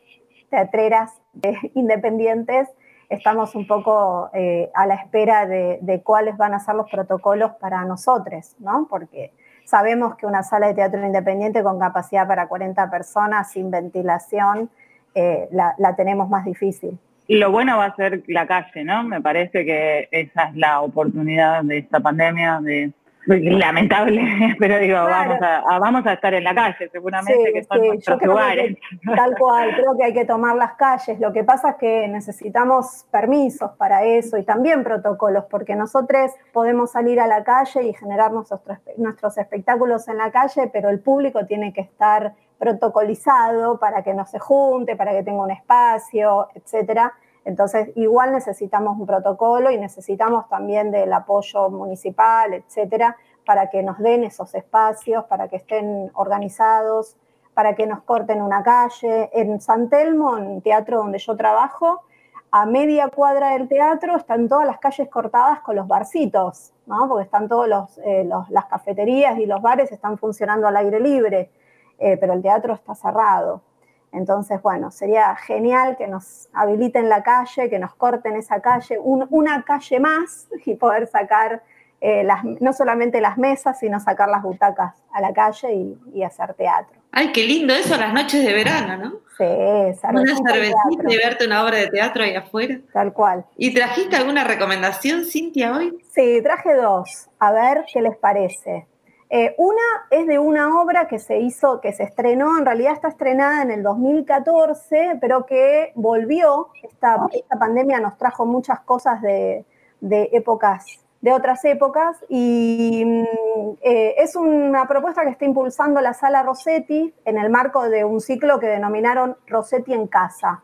independientes estamos un poco a la espera de cuáles van a ser los protocolos para nosotros, ¿no? Porque sabemos que una sala de teatro independiente con capacidad para 40 personas, sin ventilación, la tenemos más difícil. Lo bueno va a ser la calle, ¿no? Me parece que esa es la oportunidad de esta pandemia, lamentable, pero digo, claro, vamos a estar en la calle, seguramente, sí, que son nuestros lugares. Tal cual, creo que hay que tomar las calles. Lo que pasa es que necesitamos permisos para eso y también protocolos, porque nosotros podemos salir a la calle y generar nuestros espectáculos en la calle, pero el público tiene que estar protocolizado para que no se junte, para que tenga un espacio, etcétera. Entonces, igual necesitamos un protocolo y necesitamos también del apoyo municipal, etcétera, para que nos den esos espacios, para que estén organizados, para que nos corten una calle. En San Telmo, en el teatro donde yo trabajo, a media cuadra del teatro están todas las calles cortadas con los barcitos, ¿no? Porque están todas las cafeterías y los bares están funcionando al aire libre, pero el teatro está cerrado. Entonces, bueno, sería genial que nos habiliten la calle, que nos corten esa calle, una calle más, y poder sacar no solamente las mesas, sino sacar las butacas a la calle y hacer teatro. ¡Ay, qué lindo eso, las noches de verano, ¿no? Sí, una cervecita y verte una obra de teatro ahí afuera. Tal cual. ¿Y trajiste alguna recomendación, Cintia, hoy? Sí, traje dos, a ver qué les parece. Una es de una obra que se estrenó, en realidad está estrenada en el 2014, pero que volvió. Esta pandemia nos trajo muchas cosas de otras épocas, y es una propuesta que está impulsando la Sala Rossetti en el marco de un ciclo que denominaron Rossetti en Casa.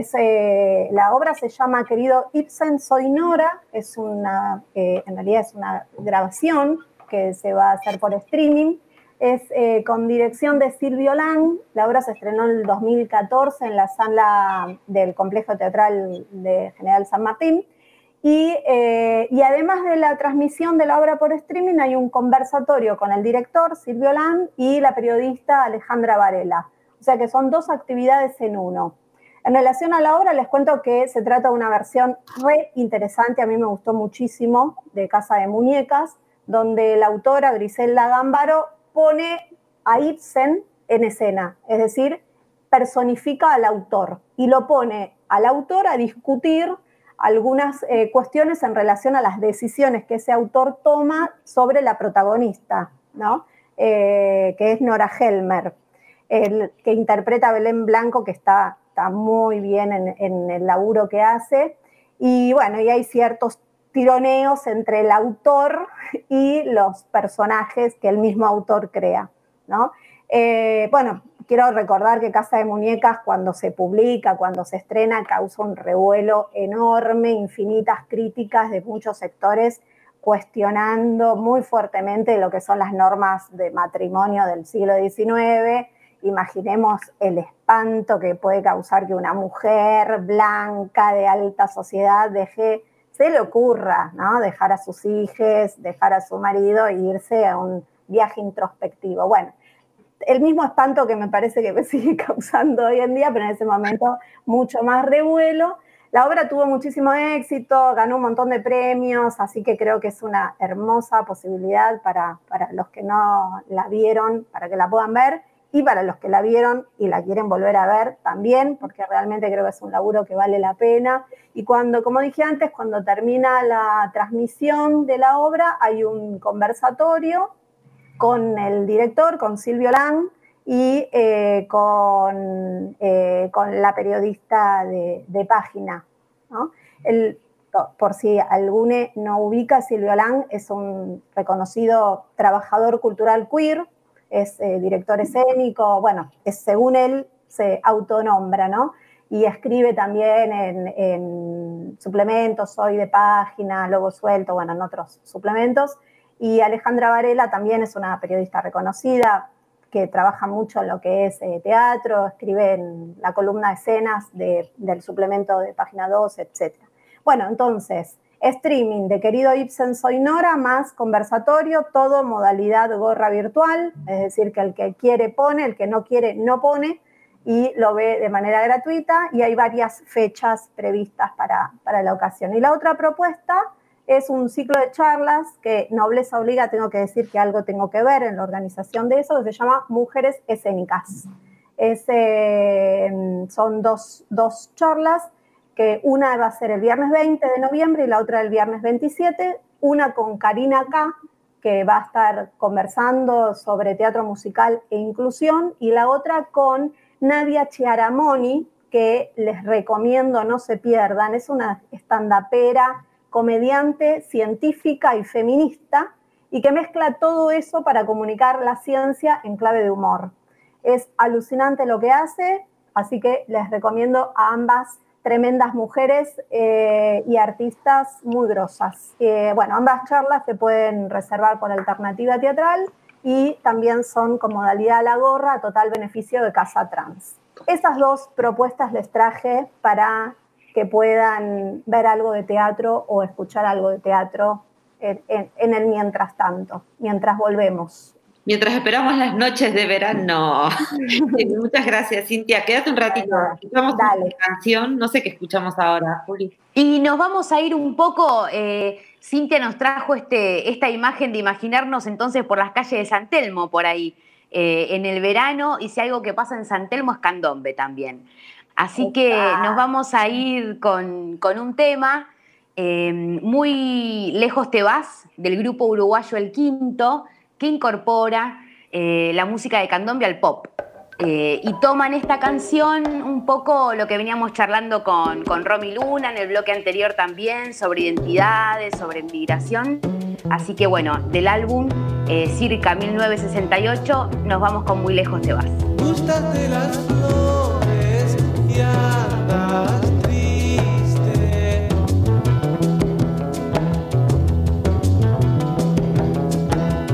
La obra se llama Querido Ibsen, soy Nora, en realidad es una grabación que se va a hacer por streaming. Es con dirección de Silvio Lang. La obra se estrenó en el 2014 en la sala del Complejo Teatral de General San Martín. Y además de la transmisión de la obra por streaming, hay un conversatorio con el director, Silvio Lang, y la periodista Alejandra Varela. O sea que son 2 actividades en uno. En relación a la obra, les cuento que se trata de una versión re interesante, a mí me gustó muchísimo, de Casa de Muñecas, donde la autora Griselda Gámbaro pone a Ibsen en escena, es decir, personifica al autor y lo pone al autor a discutir algunas cuestiones en relación a las decisiones que ese autor toma sobre la protagonista, ¿no? Que es Nora Helmer, que interpreta a Belén Blanco, que está muy bien en el laburo que hace. Y bueno, y hay ciertos tironeos entre el autor y los personajes que el mismo autor crea, ¿no? Bueno, quiero recordar que Casa de Muñecas, cuando se publica, cuando se estrena, causa un revuelo enorme, infinitas críticas de muchos sectores cuestionando muy fuertemente lo que son las normas de matrimonio del siglo XIX. Imaginemos el espanto que puede causar que una mujer blanca de alta sociedad se le ocurra, ¿no? Dejar a sus hijos, dejar a su marido e irse a un viaje introspectivo. Bueno, el mismo espanto que me parece que me sigue causando hoy en día, pero en ese momento mucho más revuelo. La obra tuvo muchísimo éxito, ganó un montón de premios, así que creo que es una hermosa posibilidad para los que no la vieron, para que la puedan ver, y para los que la vieron y la quieren volver a ver también, porque realmente creo que es un laburo que vale la pena. Y cuando, como dije antes, cuando termina la transmisión de la obra, hay un conversatorio con el director, con Silvio Lang, y con la periodista de Página, ¿no? Por si alguno no ubica, Silvio Lang es un reconocido trabajador cultural queer, es director escénico, bueno, según él se autonombra, ¿no? Y escribe también en suplementos, Hoy de Página, Lobo Suelto, bueno, en otros suplementos. Y Alejandra Varela también es una periodista reconocida que trabaja mucho en lo que es teatro, escribe en la columna de escenas del suplemento de Página 2, etc. Bueno, entonces, streaming de Querido Ibsen Soy Nora, más conversatorio, todo modalidad gorra virtual, es decir, que el que quiere pone, el que no quiere no pone, y lo ve de manera gratuita, y hay varias fechas previstas para la ocasión. Y la otra propuesta es un ciclo de charlas que Nobleza Obliga, tengo que decir que algo tengo que ver en la organización de eso, que se llama Mujeres Escénicas. Son dos charlas, que una va a ser el viernes 20 de noviembre y la otra el viernes 27, una con Karina K., que va a estar conversando sobre teatro musical e inclusión, y la otra con Nadia Chiaramoni, que les recomiendo no se pierdan, es una estandapera, comediante, científica y feminista, y que mezcla todo eso para comunicar la ciencia en clave de humor. Es alucinante lo que hace, así que les recomiendo a ambas tremendas mujeres y artistas muy grosas. Bueno, ambas charlas se pueden reservar por Alternativa Teatral y también son con modalidad a la gorra, a total beneficio de Casa Trans. Esas dos propuestas les traje para que puedan ver algo de teatro o escuchar algo de teatro en el mientras tanto, mientras volvemos. Mientras esperamos las noches de verano. Muchas gracias, Cintia. Quédate un ratito. Escuchamos una canción. No sé qué escuchamos ahora, Juli. Y nos vamos a ir un poco. Cintia nos trajo esta imagen de imaginarnos entonces por las calles de San Telmo, por ahí, en el verano. Y si algo que pasa en San Telmo es candombe también. Así que nos vamos a ir con un tema. Muy lejos te vas, del grupo uruguayo El Quinto, que incorpora la música de candombe al pop. Y toman esta canción un poco lo que veníamos charlando con Romy Luna en el bloque anterior también, sobre identidades, sobre migración. Así que bueno, del álbum Circa 1968, nos vamos con Muy lejos te vas. Gustas de las flores y andas triste.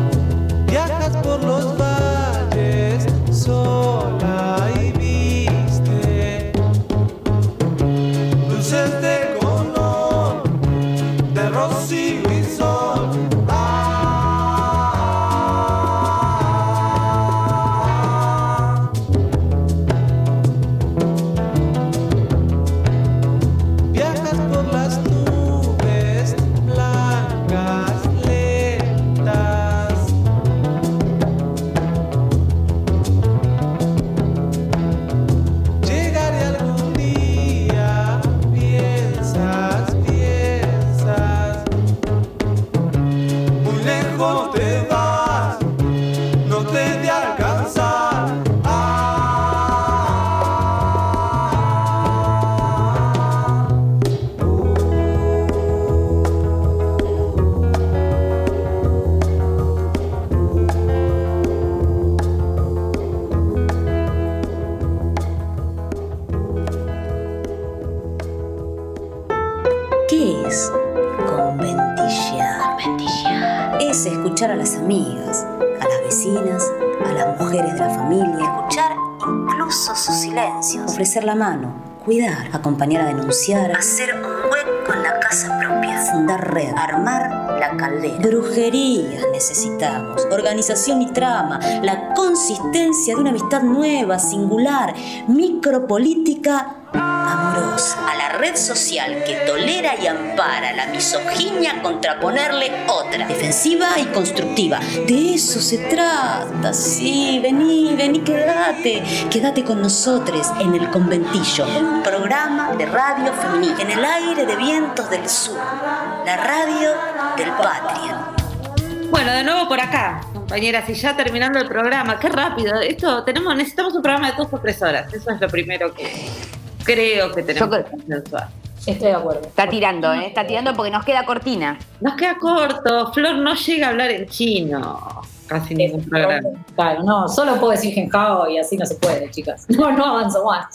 es conventillar. Es escuchar a las amigas, a las vecinas, a las mujeres de la familia. Escuchar incluso sus silencios. Ofrecer la mano, cuidar, acompañar a denunciar, hacer un hueco en la casa propia, fundar red, armar la caldera. Brujerías necesitamos, organización y trama, la consistencia de una amistad nueva, singular, micropolítica amorosa. A la red social que tolera y ampara la misoginia, contraponerle otra, defensiva y constructiva. De eso se trata, sí, vení, quédate con nosotros en El Conventillo, un programa de radio femenina, en el aire de vientos del sur, la radio del Patria. Bueno, de nuevo por acá, compañeras, y ya terminando el programa, qué rápido, necesitamos un programa de 2 o 3 horas, eso es lo primero que creo que tenemos que consensuar. Estoy de acuerdo. Está tirando porque nos queda cortina. Nos queda corto, Flor no llega a hablar en chino, casi ningún programa. Claro, no, solo puedo decir Genjao y así no se puede, chicas. No avanzo más.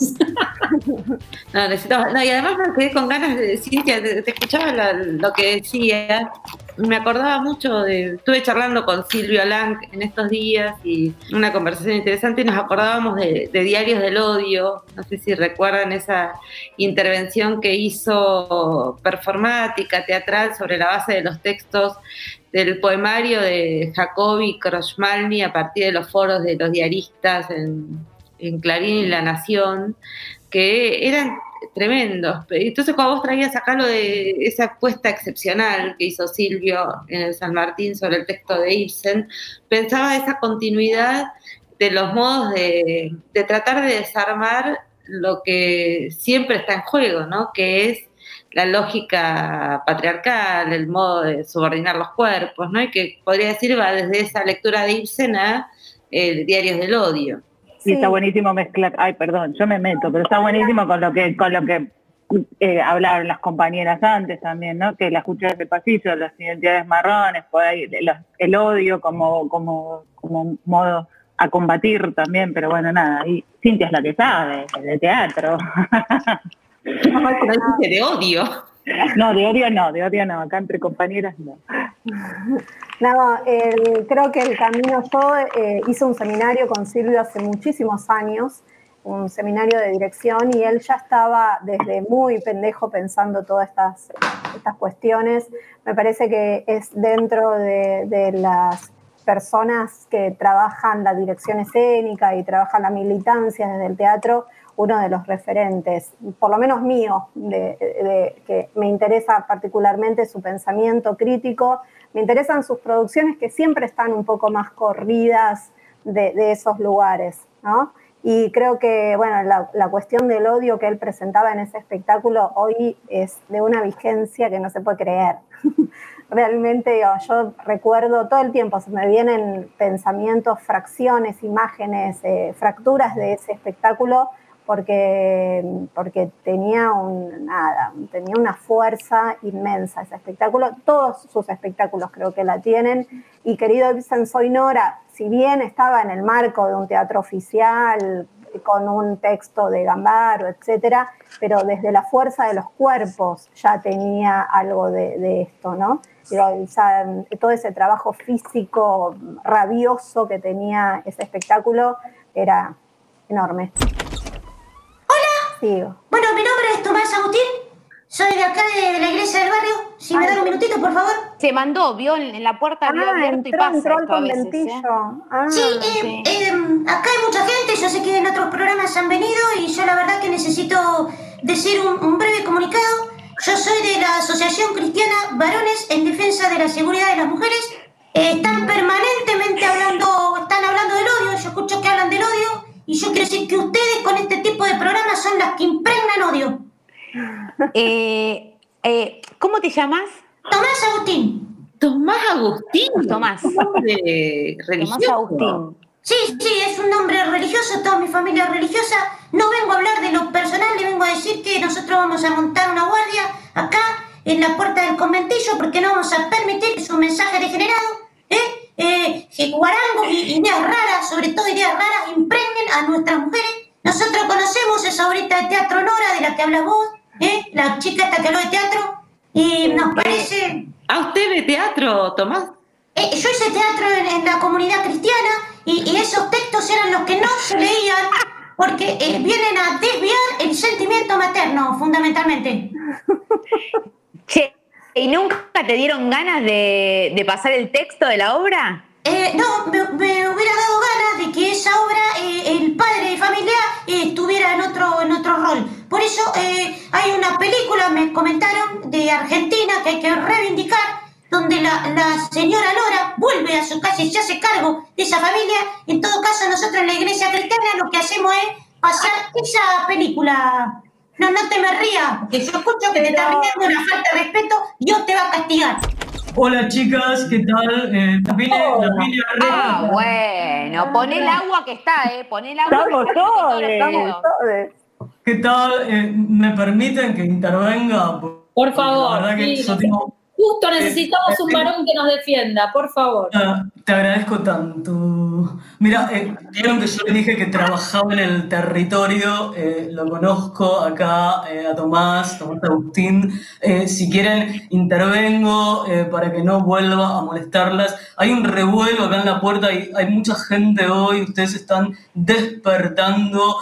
No, necesitamos. No, y además me quedé con ganas de, Cintia, te escuchaba lo que decías. Me acordaba mucho estuve charlando con Silvio Lang en estos días y una conversación interesante y nos acordábamos de Diarios del Odio. No sé si recuerdan esa intervención que hizo performática, teatral, sobre la base de los textos del poemario de Jacobi Krochmalny a partir de los foros de los diaristas en Clarín y La Nación, que eran tremendos. Entonces, cuando vos traías acá lo de esa apuesta excepcional que hizo Silvio en el San Martín sobre el texto de Ibsen, pensaba esa continuidad de los modos de tratar de desarmar lo que siempre está en juego, ¿no? Que es la lógica patriarcal, el modo de subordinar los cuerpos, ¿no? Y que podría decir va desde esa lectura de Ibsen a Diarios del Odio. Sí, está buenísimo mezclar, yo me meto, pero está buenísimo con lo que hablaron las compañeras antes también, ¿no? Que las cucharas de pasillo, las identidades marrones, por ahí, el odio como modo a combatir también, pero bueno, nada, y Cintia es la que sabe, de teatro. De odio. No, de odio no, acá entre compañeras no. No, creo que el Camino Yo hizo un seminario con Silvio hace muchísimos años, un seminario de dirección, y él ya estaba desde muy pendejo pensando todas estas cuestiones. Me parece que es dentro de las personas que trabajan la dirección escénica y trabajan la militancia desde el teatro, uno de los referentes, por lo menos mío, que me interesa particularmente su pensamiento crítico, me interesan sus producciones que siempre están un poco más corridas de esos lugares, ¿no? Y creo que, bueno, la cuestión del odio que él presentaba en ese espectáculo hoy es de una vigencia que no se puede creer. Realmente yo recuerdo todo el tiempo, se me vienen pensamientos, fracciones, imágenes, fracturas de ese espectáculo, porque tenía una fuerza inmensa ese espectáculo. Todos sus espectáculos creo que la tienen. Y querido Ibsen, Soy Nora, si bien estaba en el marco de un teatro oficial, con un texto de Gambaro, etcétera, pero desde la fuerza de los cuerpos ya tenía algo de esto, ¿no? Todo ese trabajo físico rabioso que tenía ese espectáculo era enorme. Bueno, mi nombre es Tomás Agustín, soy de acá de la iglesia del barrio. Si me dan un minutito, por favor. Se mandó, vio en la puerta, vio abierto y pasa entró esto a veces, Acá hay mucha gente, yo sé que en otros programas han venido y yo la verdad que necesito decir un breve comunicado. Yo soy de la Asociación Cristiana Varones en Defensa de la Seguridad de las Mujeres. Están permanentemente hablando del odio, yo escucho que hablan del odio. Y yo quiero decir que ustedes con este tipo de programas son las que impregnan odio. ¿Cómo te llamas? Tomás Agustín. ¿Tomás Agustín? Tomás. ¿Religioso? Tomás Agustín. Sí, es un nombre religioso, toda mi familia es religiosa. No vengo a hablar de lo personal, le vengo a decir que nosotros vamos a montar una guardia acá en la puerta del conventillo porque no vamos a permitir que su mensaje degenerado, guarangos y ideas raras, sobre todo ideas raras, impregnen a nuestras mujeres. Nosotros conocemos esa obrita de teatro Nora de la que hablas vos, la chica esta que habló de teatro. Y nos parece... ¿A usted ve teatro, Tomás? Yo hice teatro en la comunidad cristiana y esos textos eran los que no se leían porque vienen a desviar el sentimiento materno, fundamentalmente. Che, ¿y nunca te dieron ganas de pasar el texto de la obra? No, me hubiera dado ganas de que esa obra, el padre de familia, estuviera en otro rol. Por eso hay una película, me comentaron, de Argentina que hay que reivindicar, donde la señora Lora vuelve a su casa y se hace cargo de esa familia. En todo caso, nosotros en la iglesia cristiana lo que hacemos es pasar esa película. No te me rías, porque yo escucho que te estás riendo, una falta de respeto, Dios te va a castigar. Hola chicas, ¿qué tal? La vine a bueno, poné el agua que está, poné el agua. Estamos todos. ¿Qué tal? ¿Me permiten que intervenga? Por favor, la verdad que sí, yo tengo... Justo necesitamos un varón que nos defienda, por favor. Te agradezco tanto. Mira, vieron que yo le dije que trabajaba en el territorio, lo conozco acá a Tomás Agustín. Si quieren, intervengo para que no vuelva a molestarlas. Hay un revuelo acá en la puerta y hay mucha gente hoy, ustedes están despertando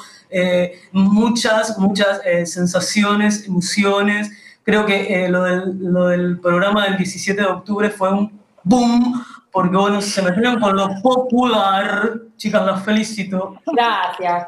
muchas sensaciones, emociones. Creo que lo del programa del 17 de octubre fue un boom, porque bueno, se metieron con lo popular. Chicas, las felicito. Gracias.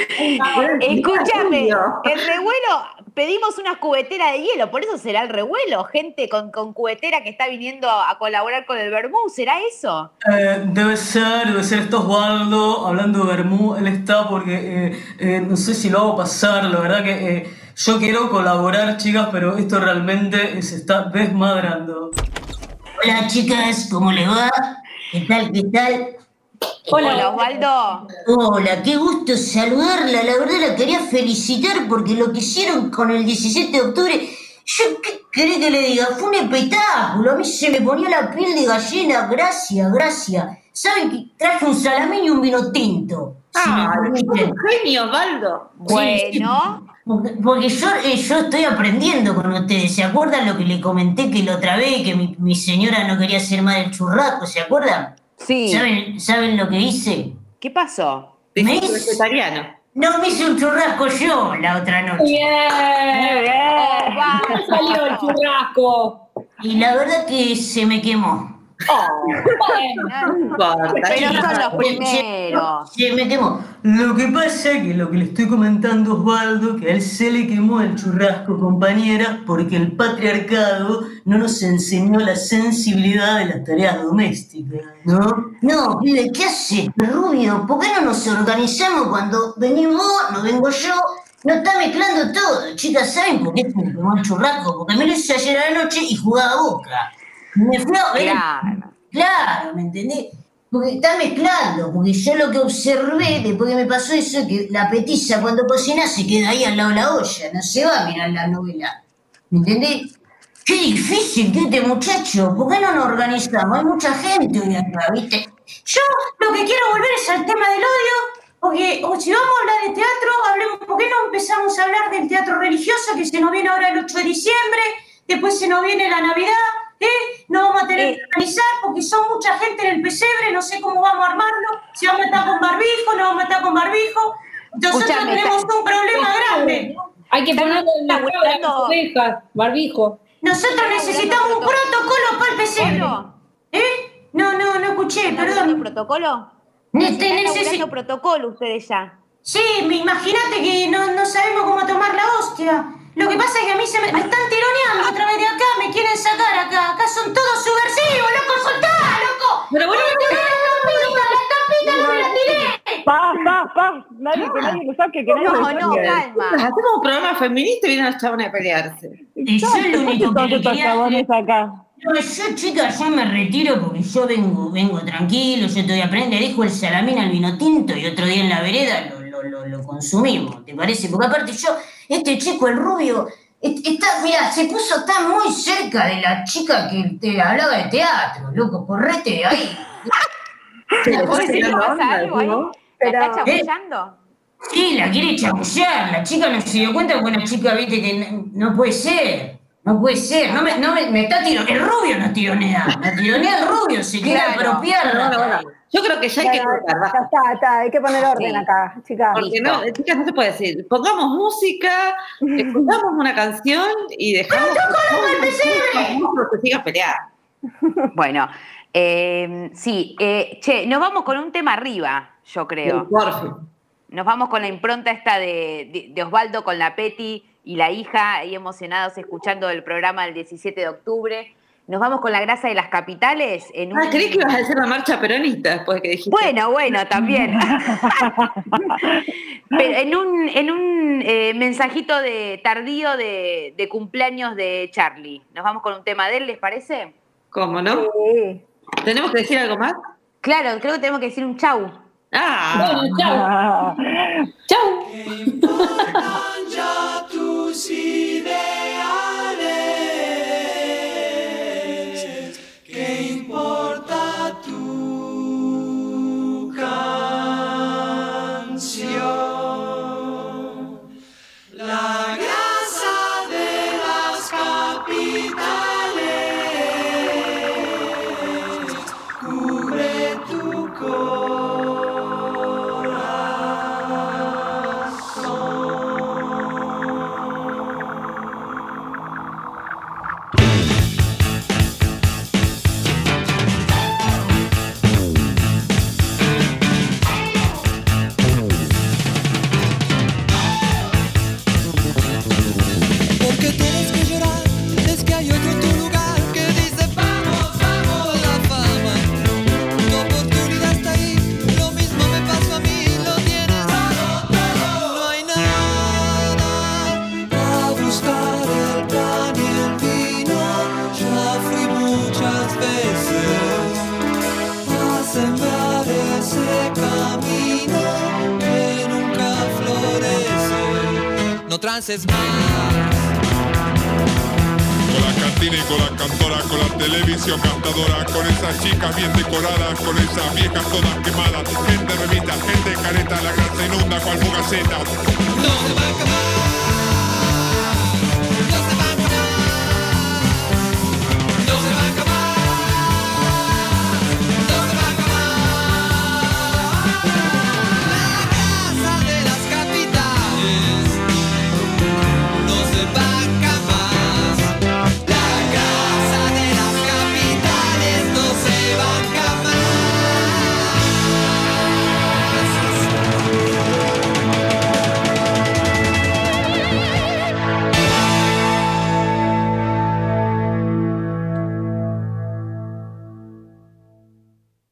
Escúchame, el revuelo, pedimos una cubetera de hielo, por eso será el revuelo, gente con cubetera que está viniendo a colaborar con el vermú, ¿será eso? Debe ser esto Osvaldo, hablando de vermú, él está porque no sé si lo hago pasar, la verdad que yo quiero colaborar, chicas, pero esto realmente se está desmadrando. Hola chicas, ¿cómo les va? ¿Qué tal? Hola Osvaldo. Hola, qué gusto saludarla. La verdad la quería felicitar porque lo que hicieron con el 17 de octubre, yo qué querés que le diga, fue un espectáculo. A mí se me ponía la piel de gallina. Gracias. ¿Saben que traje un salamín y un vino tinto? Un genio, Osvaldo. Bueno. Porque yo estoy aprendiendo con ustedes. ¿Se acuerdan lo que le comenté que la otra vez, que mi señora no quería hacer más del churrasco? ¿Se acuerdan? Sí. ¿Saben lo que hice? ¿Qué pasó? Me hice vegetariano. No, me hice un churrasco yo la otra noche. ¡Bien! ¿Cómo salió el churrasco? Y la verdad que se me quemó. Pero son los primeros. Se me quemó. Lo que pasa es que lo que le estoy comentando a Osvaldo, que a él se le quemó el churrasco, compañera, porque el patriarcado no nos enseñó la sensibilidad de las tareas domésticas, ¿no? No, pibe, ¿qué haces, Rubio? ¿Por qué no nos organizamos cuando venís vos, no vengo yo? No está mezclando todo. Chicas, ¿saben por qué se me quemó el churrasco? Porque me lo hice ayer a la noche y jugaba a Boca. Me fui a ver. Claro, ¿me entendés? Porque está mezclando, porque yo lo que observé después que me pasó eso es que la petiza cuando cocina se queda ahí al lado de la olla, no se va a mirar la novela. ¿Me entendés? Qué difícil que este muchacho, ¿por qué no nos organizamos? Hay mucha gente hoy acá, ¿viste? Yo lo que quiero volver es al tema del odio, porque si vamos a hablar de teatro, hablemos, ¿por qué no empezamos a hablar del teatro religioso que se nos viene ahora el 8 de diciembre, después se nos viene la Navidad? No vamos a tener que organizar porque son mucha gente en el pesebre, no sé cómo vamos a armarlo, si vamos a estar con barbijo, no vamos a estar con barbijo. Nosotros tenemos un problema grande. Hay que ponerlo en la cabra, las orejas, barbijo. Nosotros necesitamos un protocolo para el pesebre. No escuché, perdón. ¿Protocolo? Necesito protocolo ustedes ya. Sí, imagínate que no sabemos cómo tomar la hostia. Lo que pasa es que a mí me están tironeando a través de acá, me quieren sacar acá. Acá son todos subversivos, loco, soltá, loco. Pero bueno, la tapita no me la tiré. Paz. Nadie lo saque, que nadie lo saque. No, calma. Hacemos un programa feminista y vienen los chabones a pelearse. Y yo lo único que estos chabones acá. No, yo, chicas, yo me retiro porque yo vengo tranquilo, yo te voy a aprender. Dejo el salamín al vino tinto y otro día en la vereda lo consumimos, ¿te parece? Porque aparte este chico, el rubio, está muy cerca de la chica que te hablaba de teatro, loco, correte de ahí. ¿Pasa algo ahí? ¿La está chamullando? Sí, la quiere chamullar, la chica no se dio cuenta porque una chica, viste, que no puede ser. No puede ser, me está tirando. El rubio no tironea, me tironea el rubio, se quiere apropiar. Bueno. Yo creo que ya hay que cortar. Ya está, hay que poner orden acá, chicas. Porque chicas, no se puede decir. Pongamos música, escuchamos una canción y dejamos que se siga peleando. Bueno, sí, nos vamos con un tema arriba, yo creo. Nos vamos con la impronta esta de Osvaldo con la Peti y la hija, ahí emocionados escuchando el programa del 17 de octubre. Nos vamos con la grasa de las capitales. Creí que ibas a hacer la marcha peronista después de que dijiste. Bueno, también. Pero en un mensajito tardío de cumpleaños de Charlie. Nos vamos con un tema de él, ¿les parece? ¿Cómo no? Sí. ¿Tenemos que decir algo más? Claro, creo que tenemos que decir un chau. Bueno, chau. Chau. ¿Qué importan ya tus ideales? ¿Qué importa tu canción? La grasa de las capitales cubre tu trances más. Con la cantina y con la cantora, con la televisión cantadora, con esas chicas bien decoradas, con esas viejas todas quemadas, gente remita, gente careta, la grasa inunda cual fugaceta. No se va a acabar.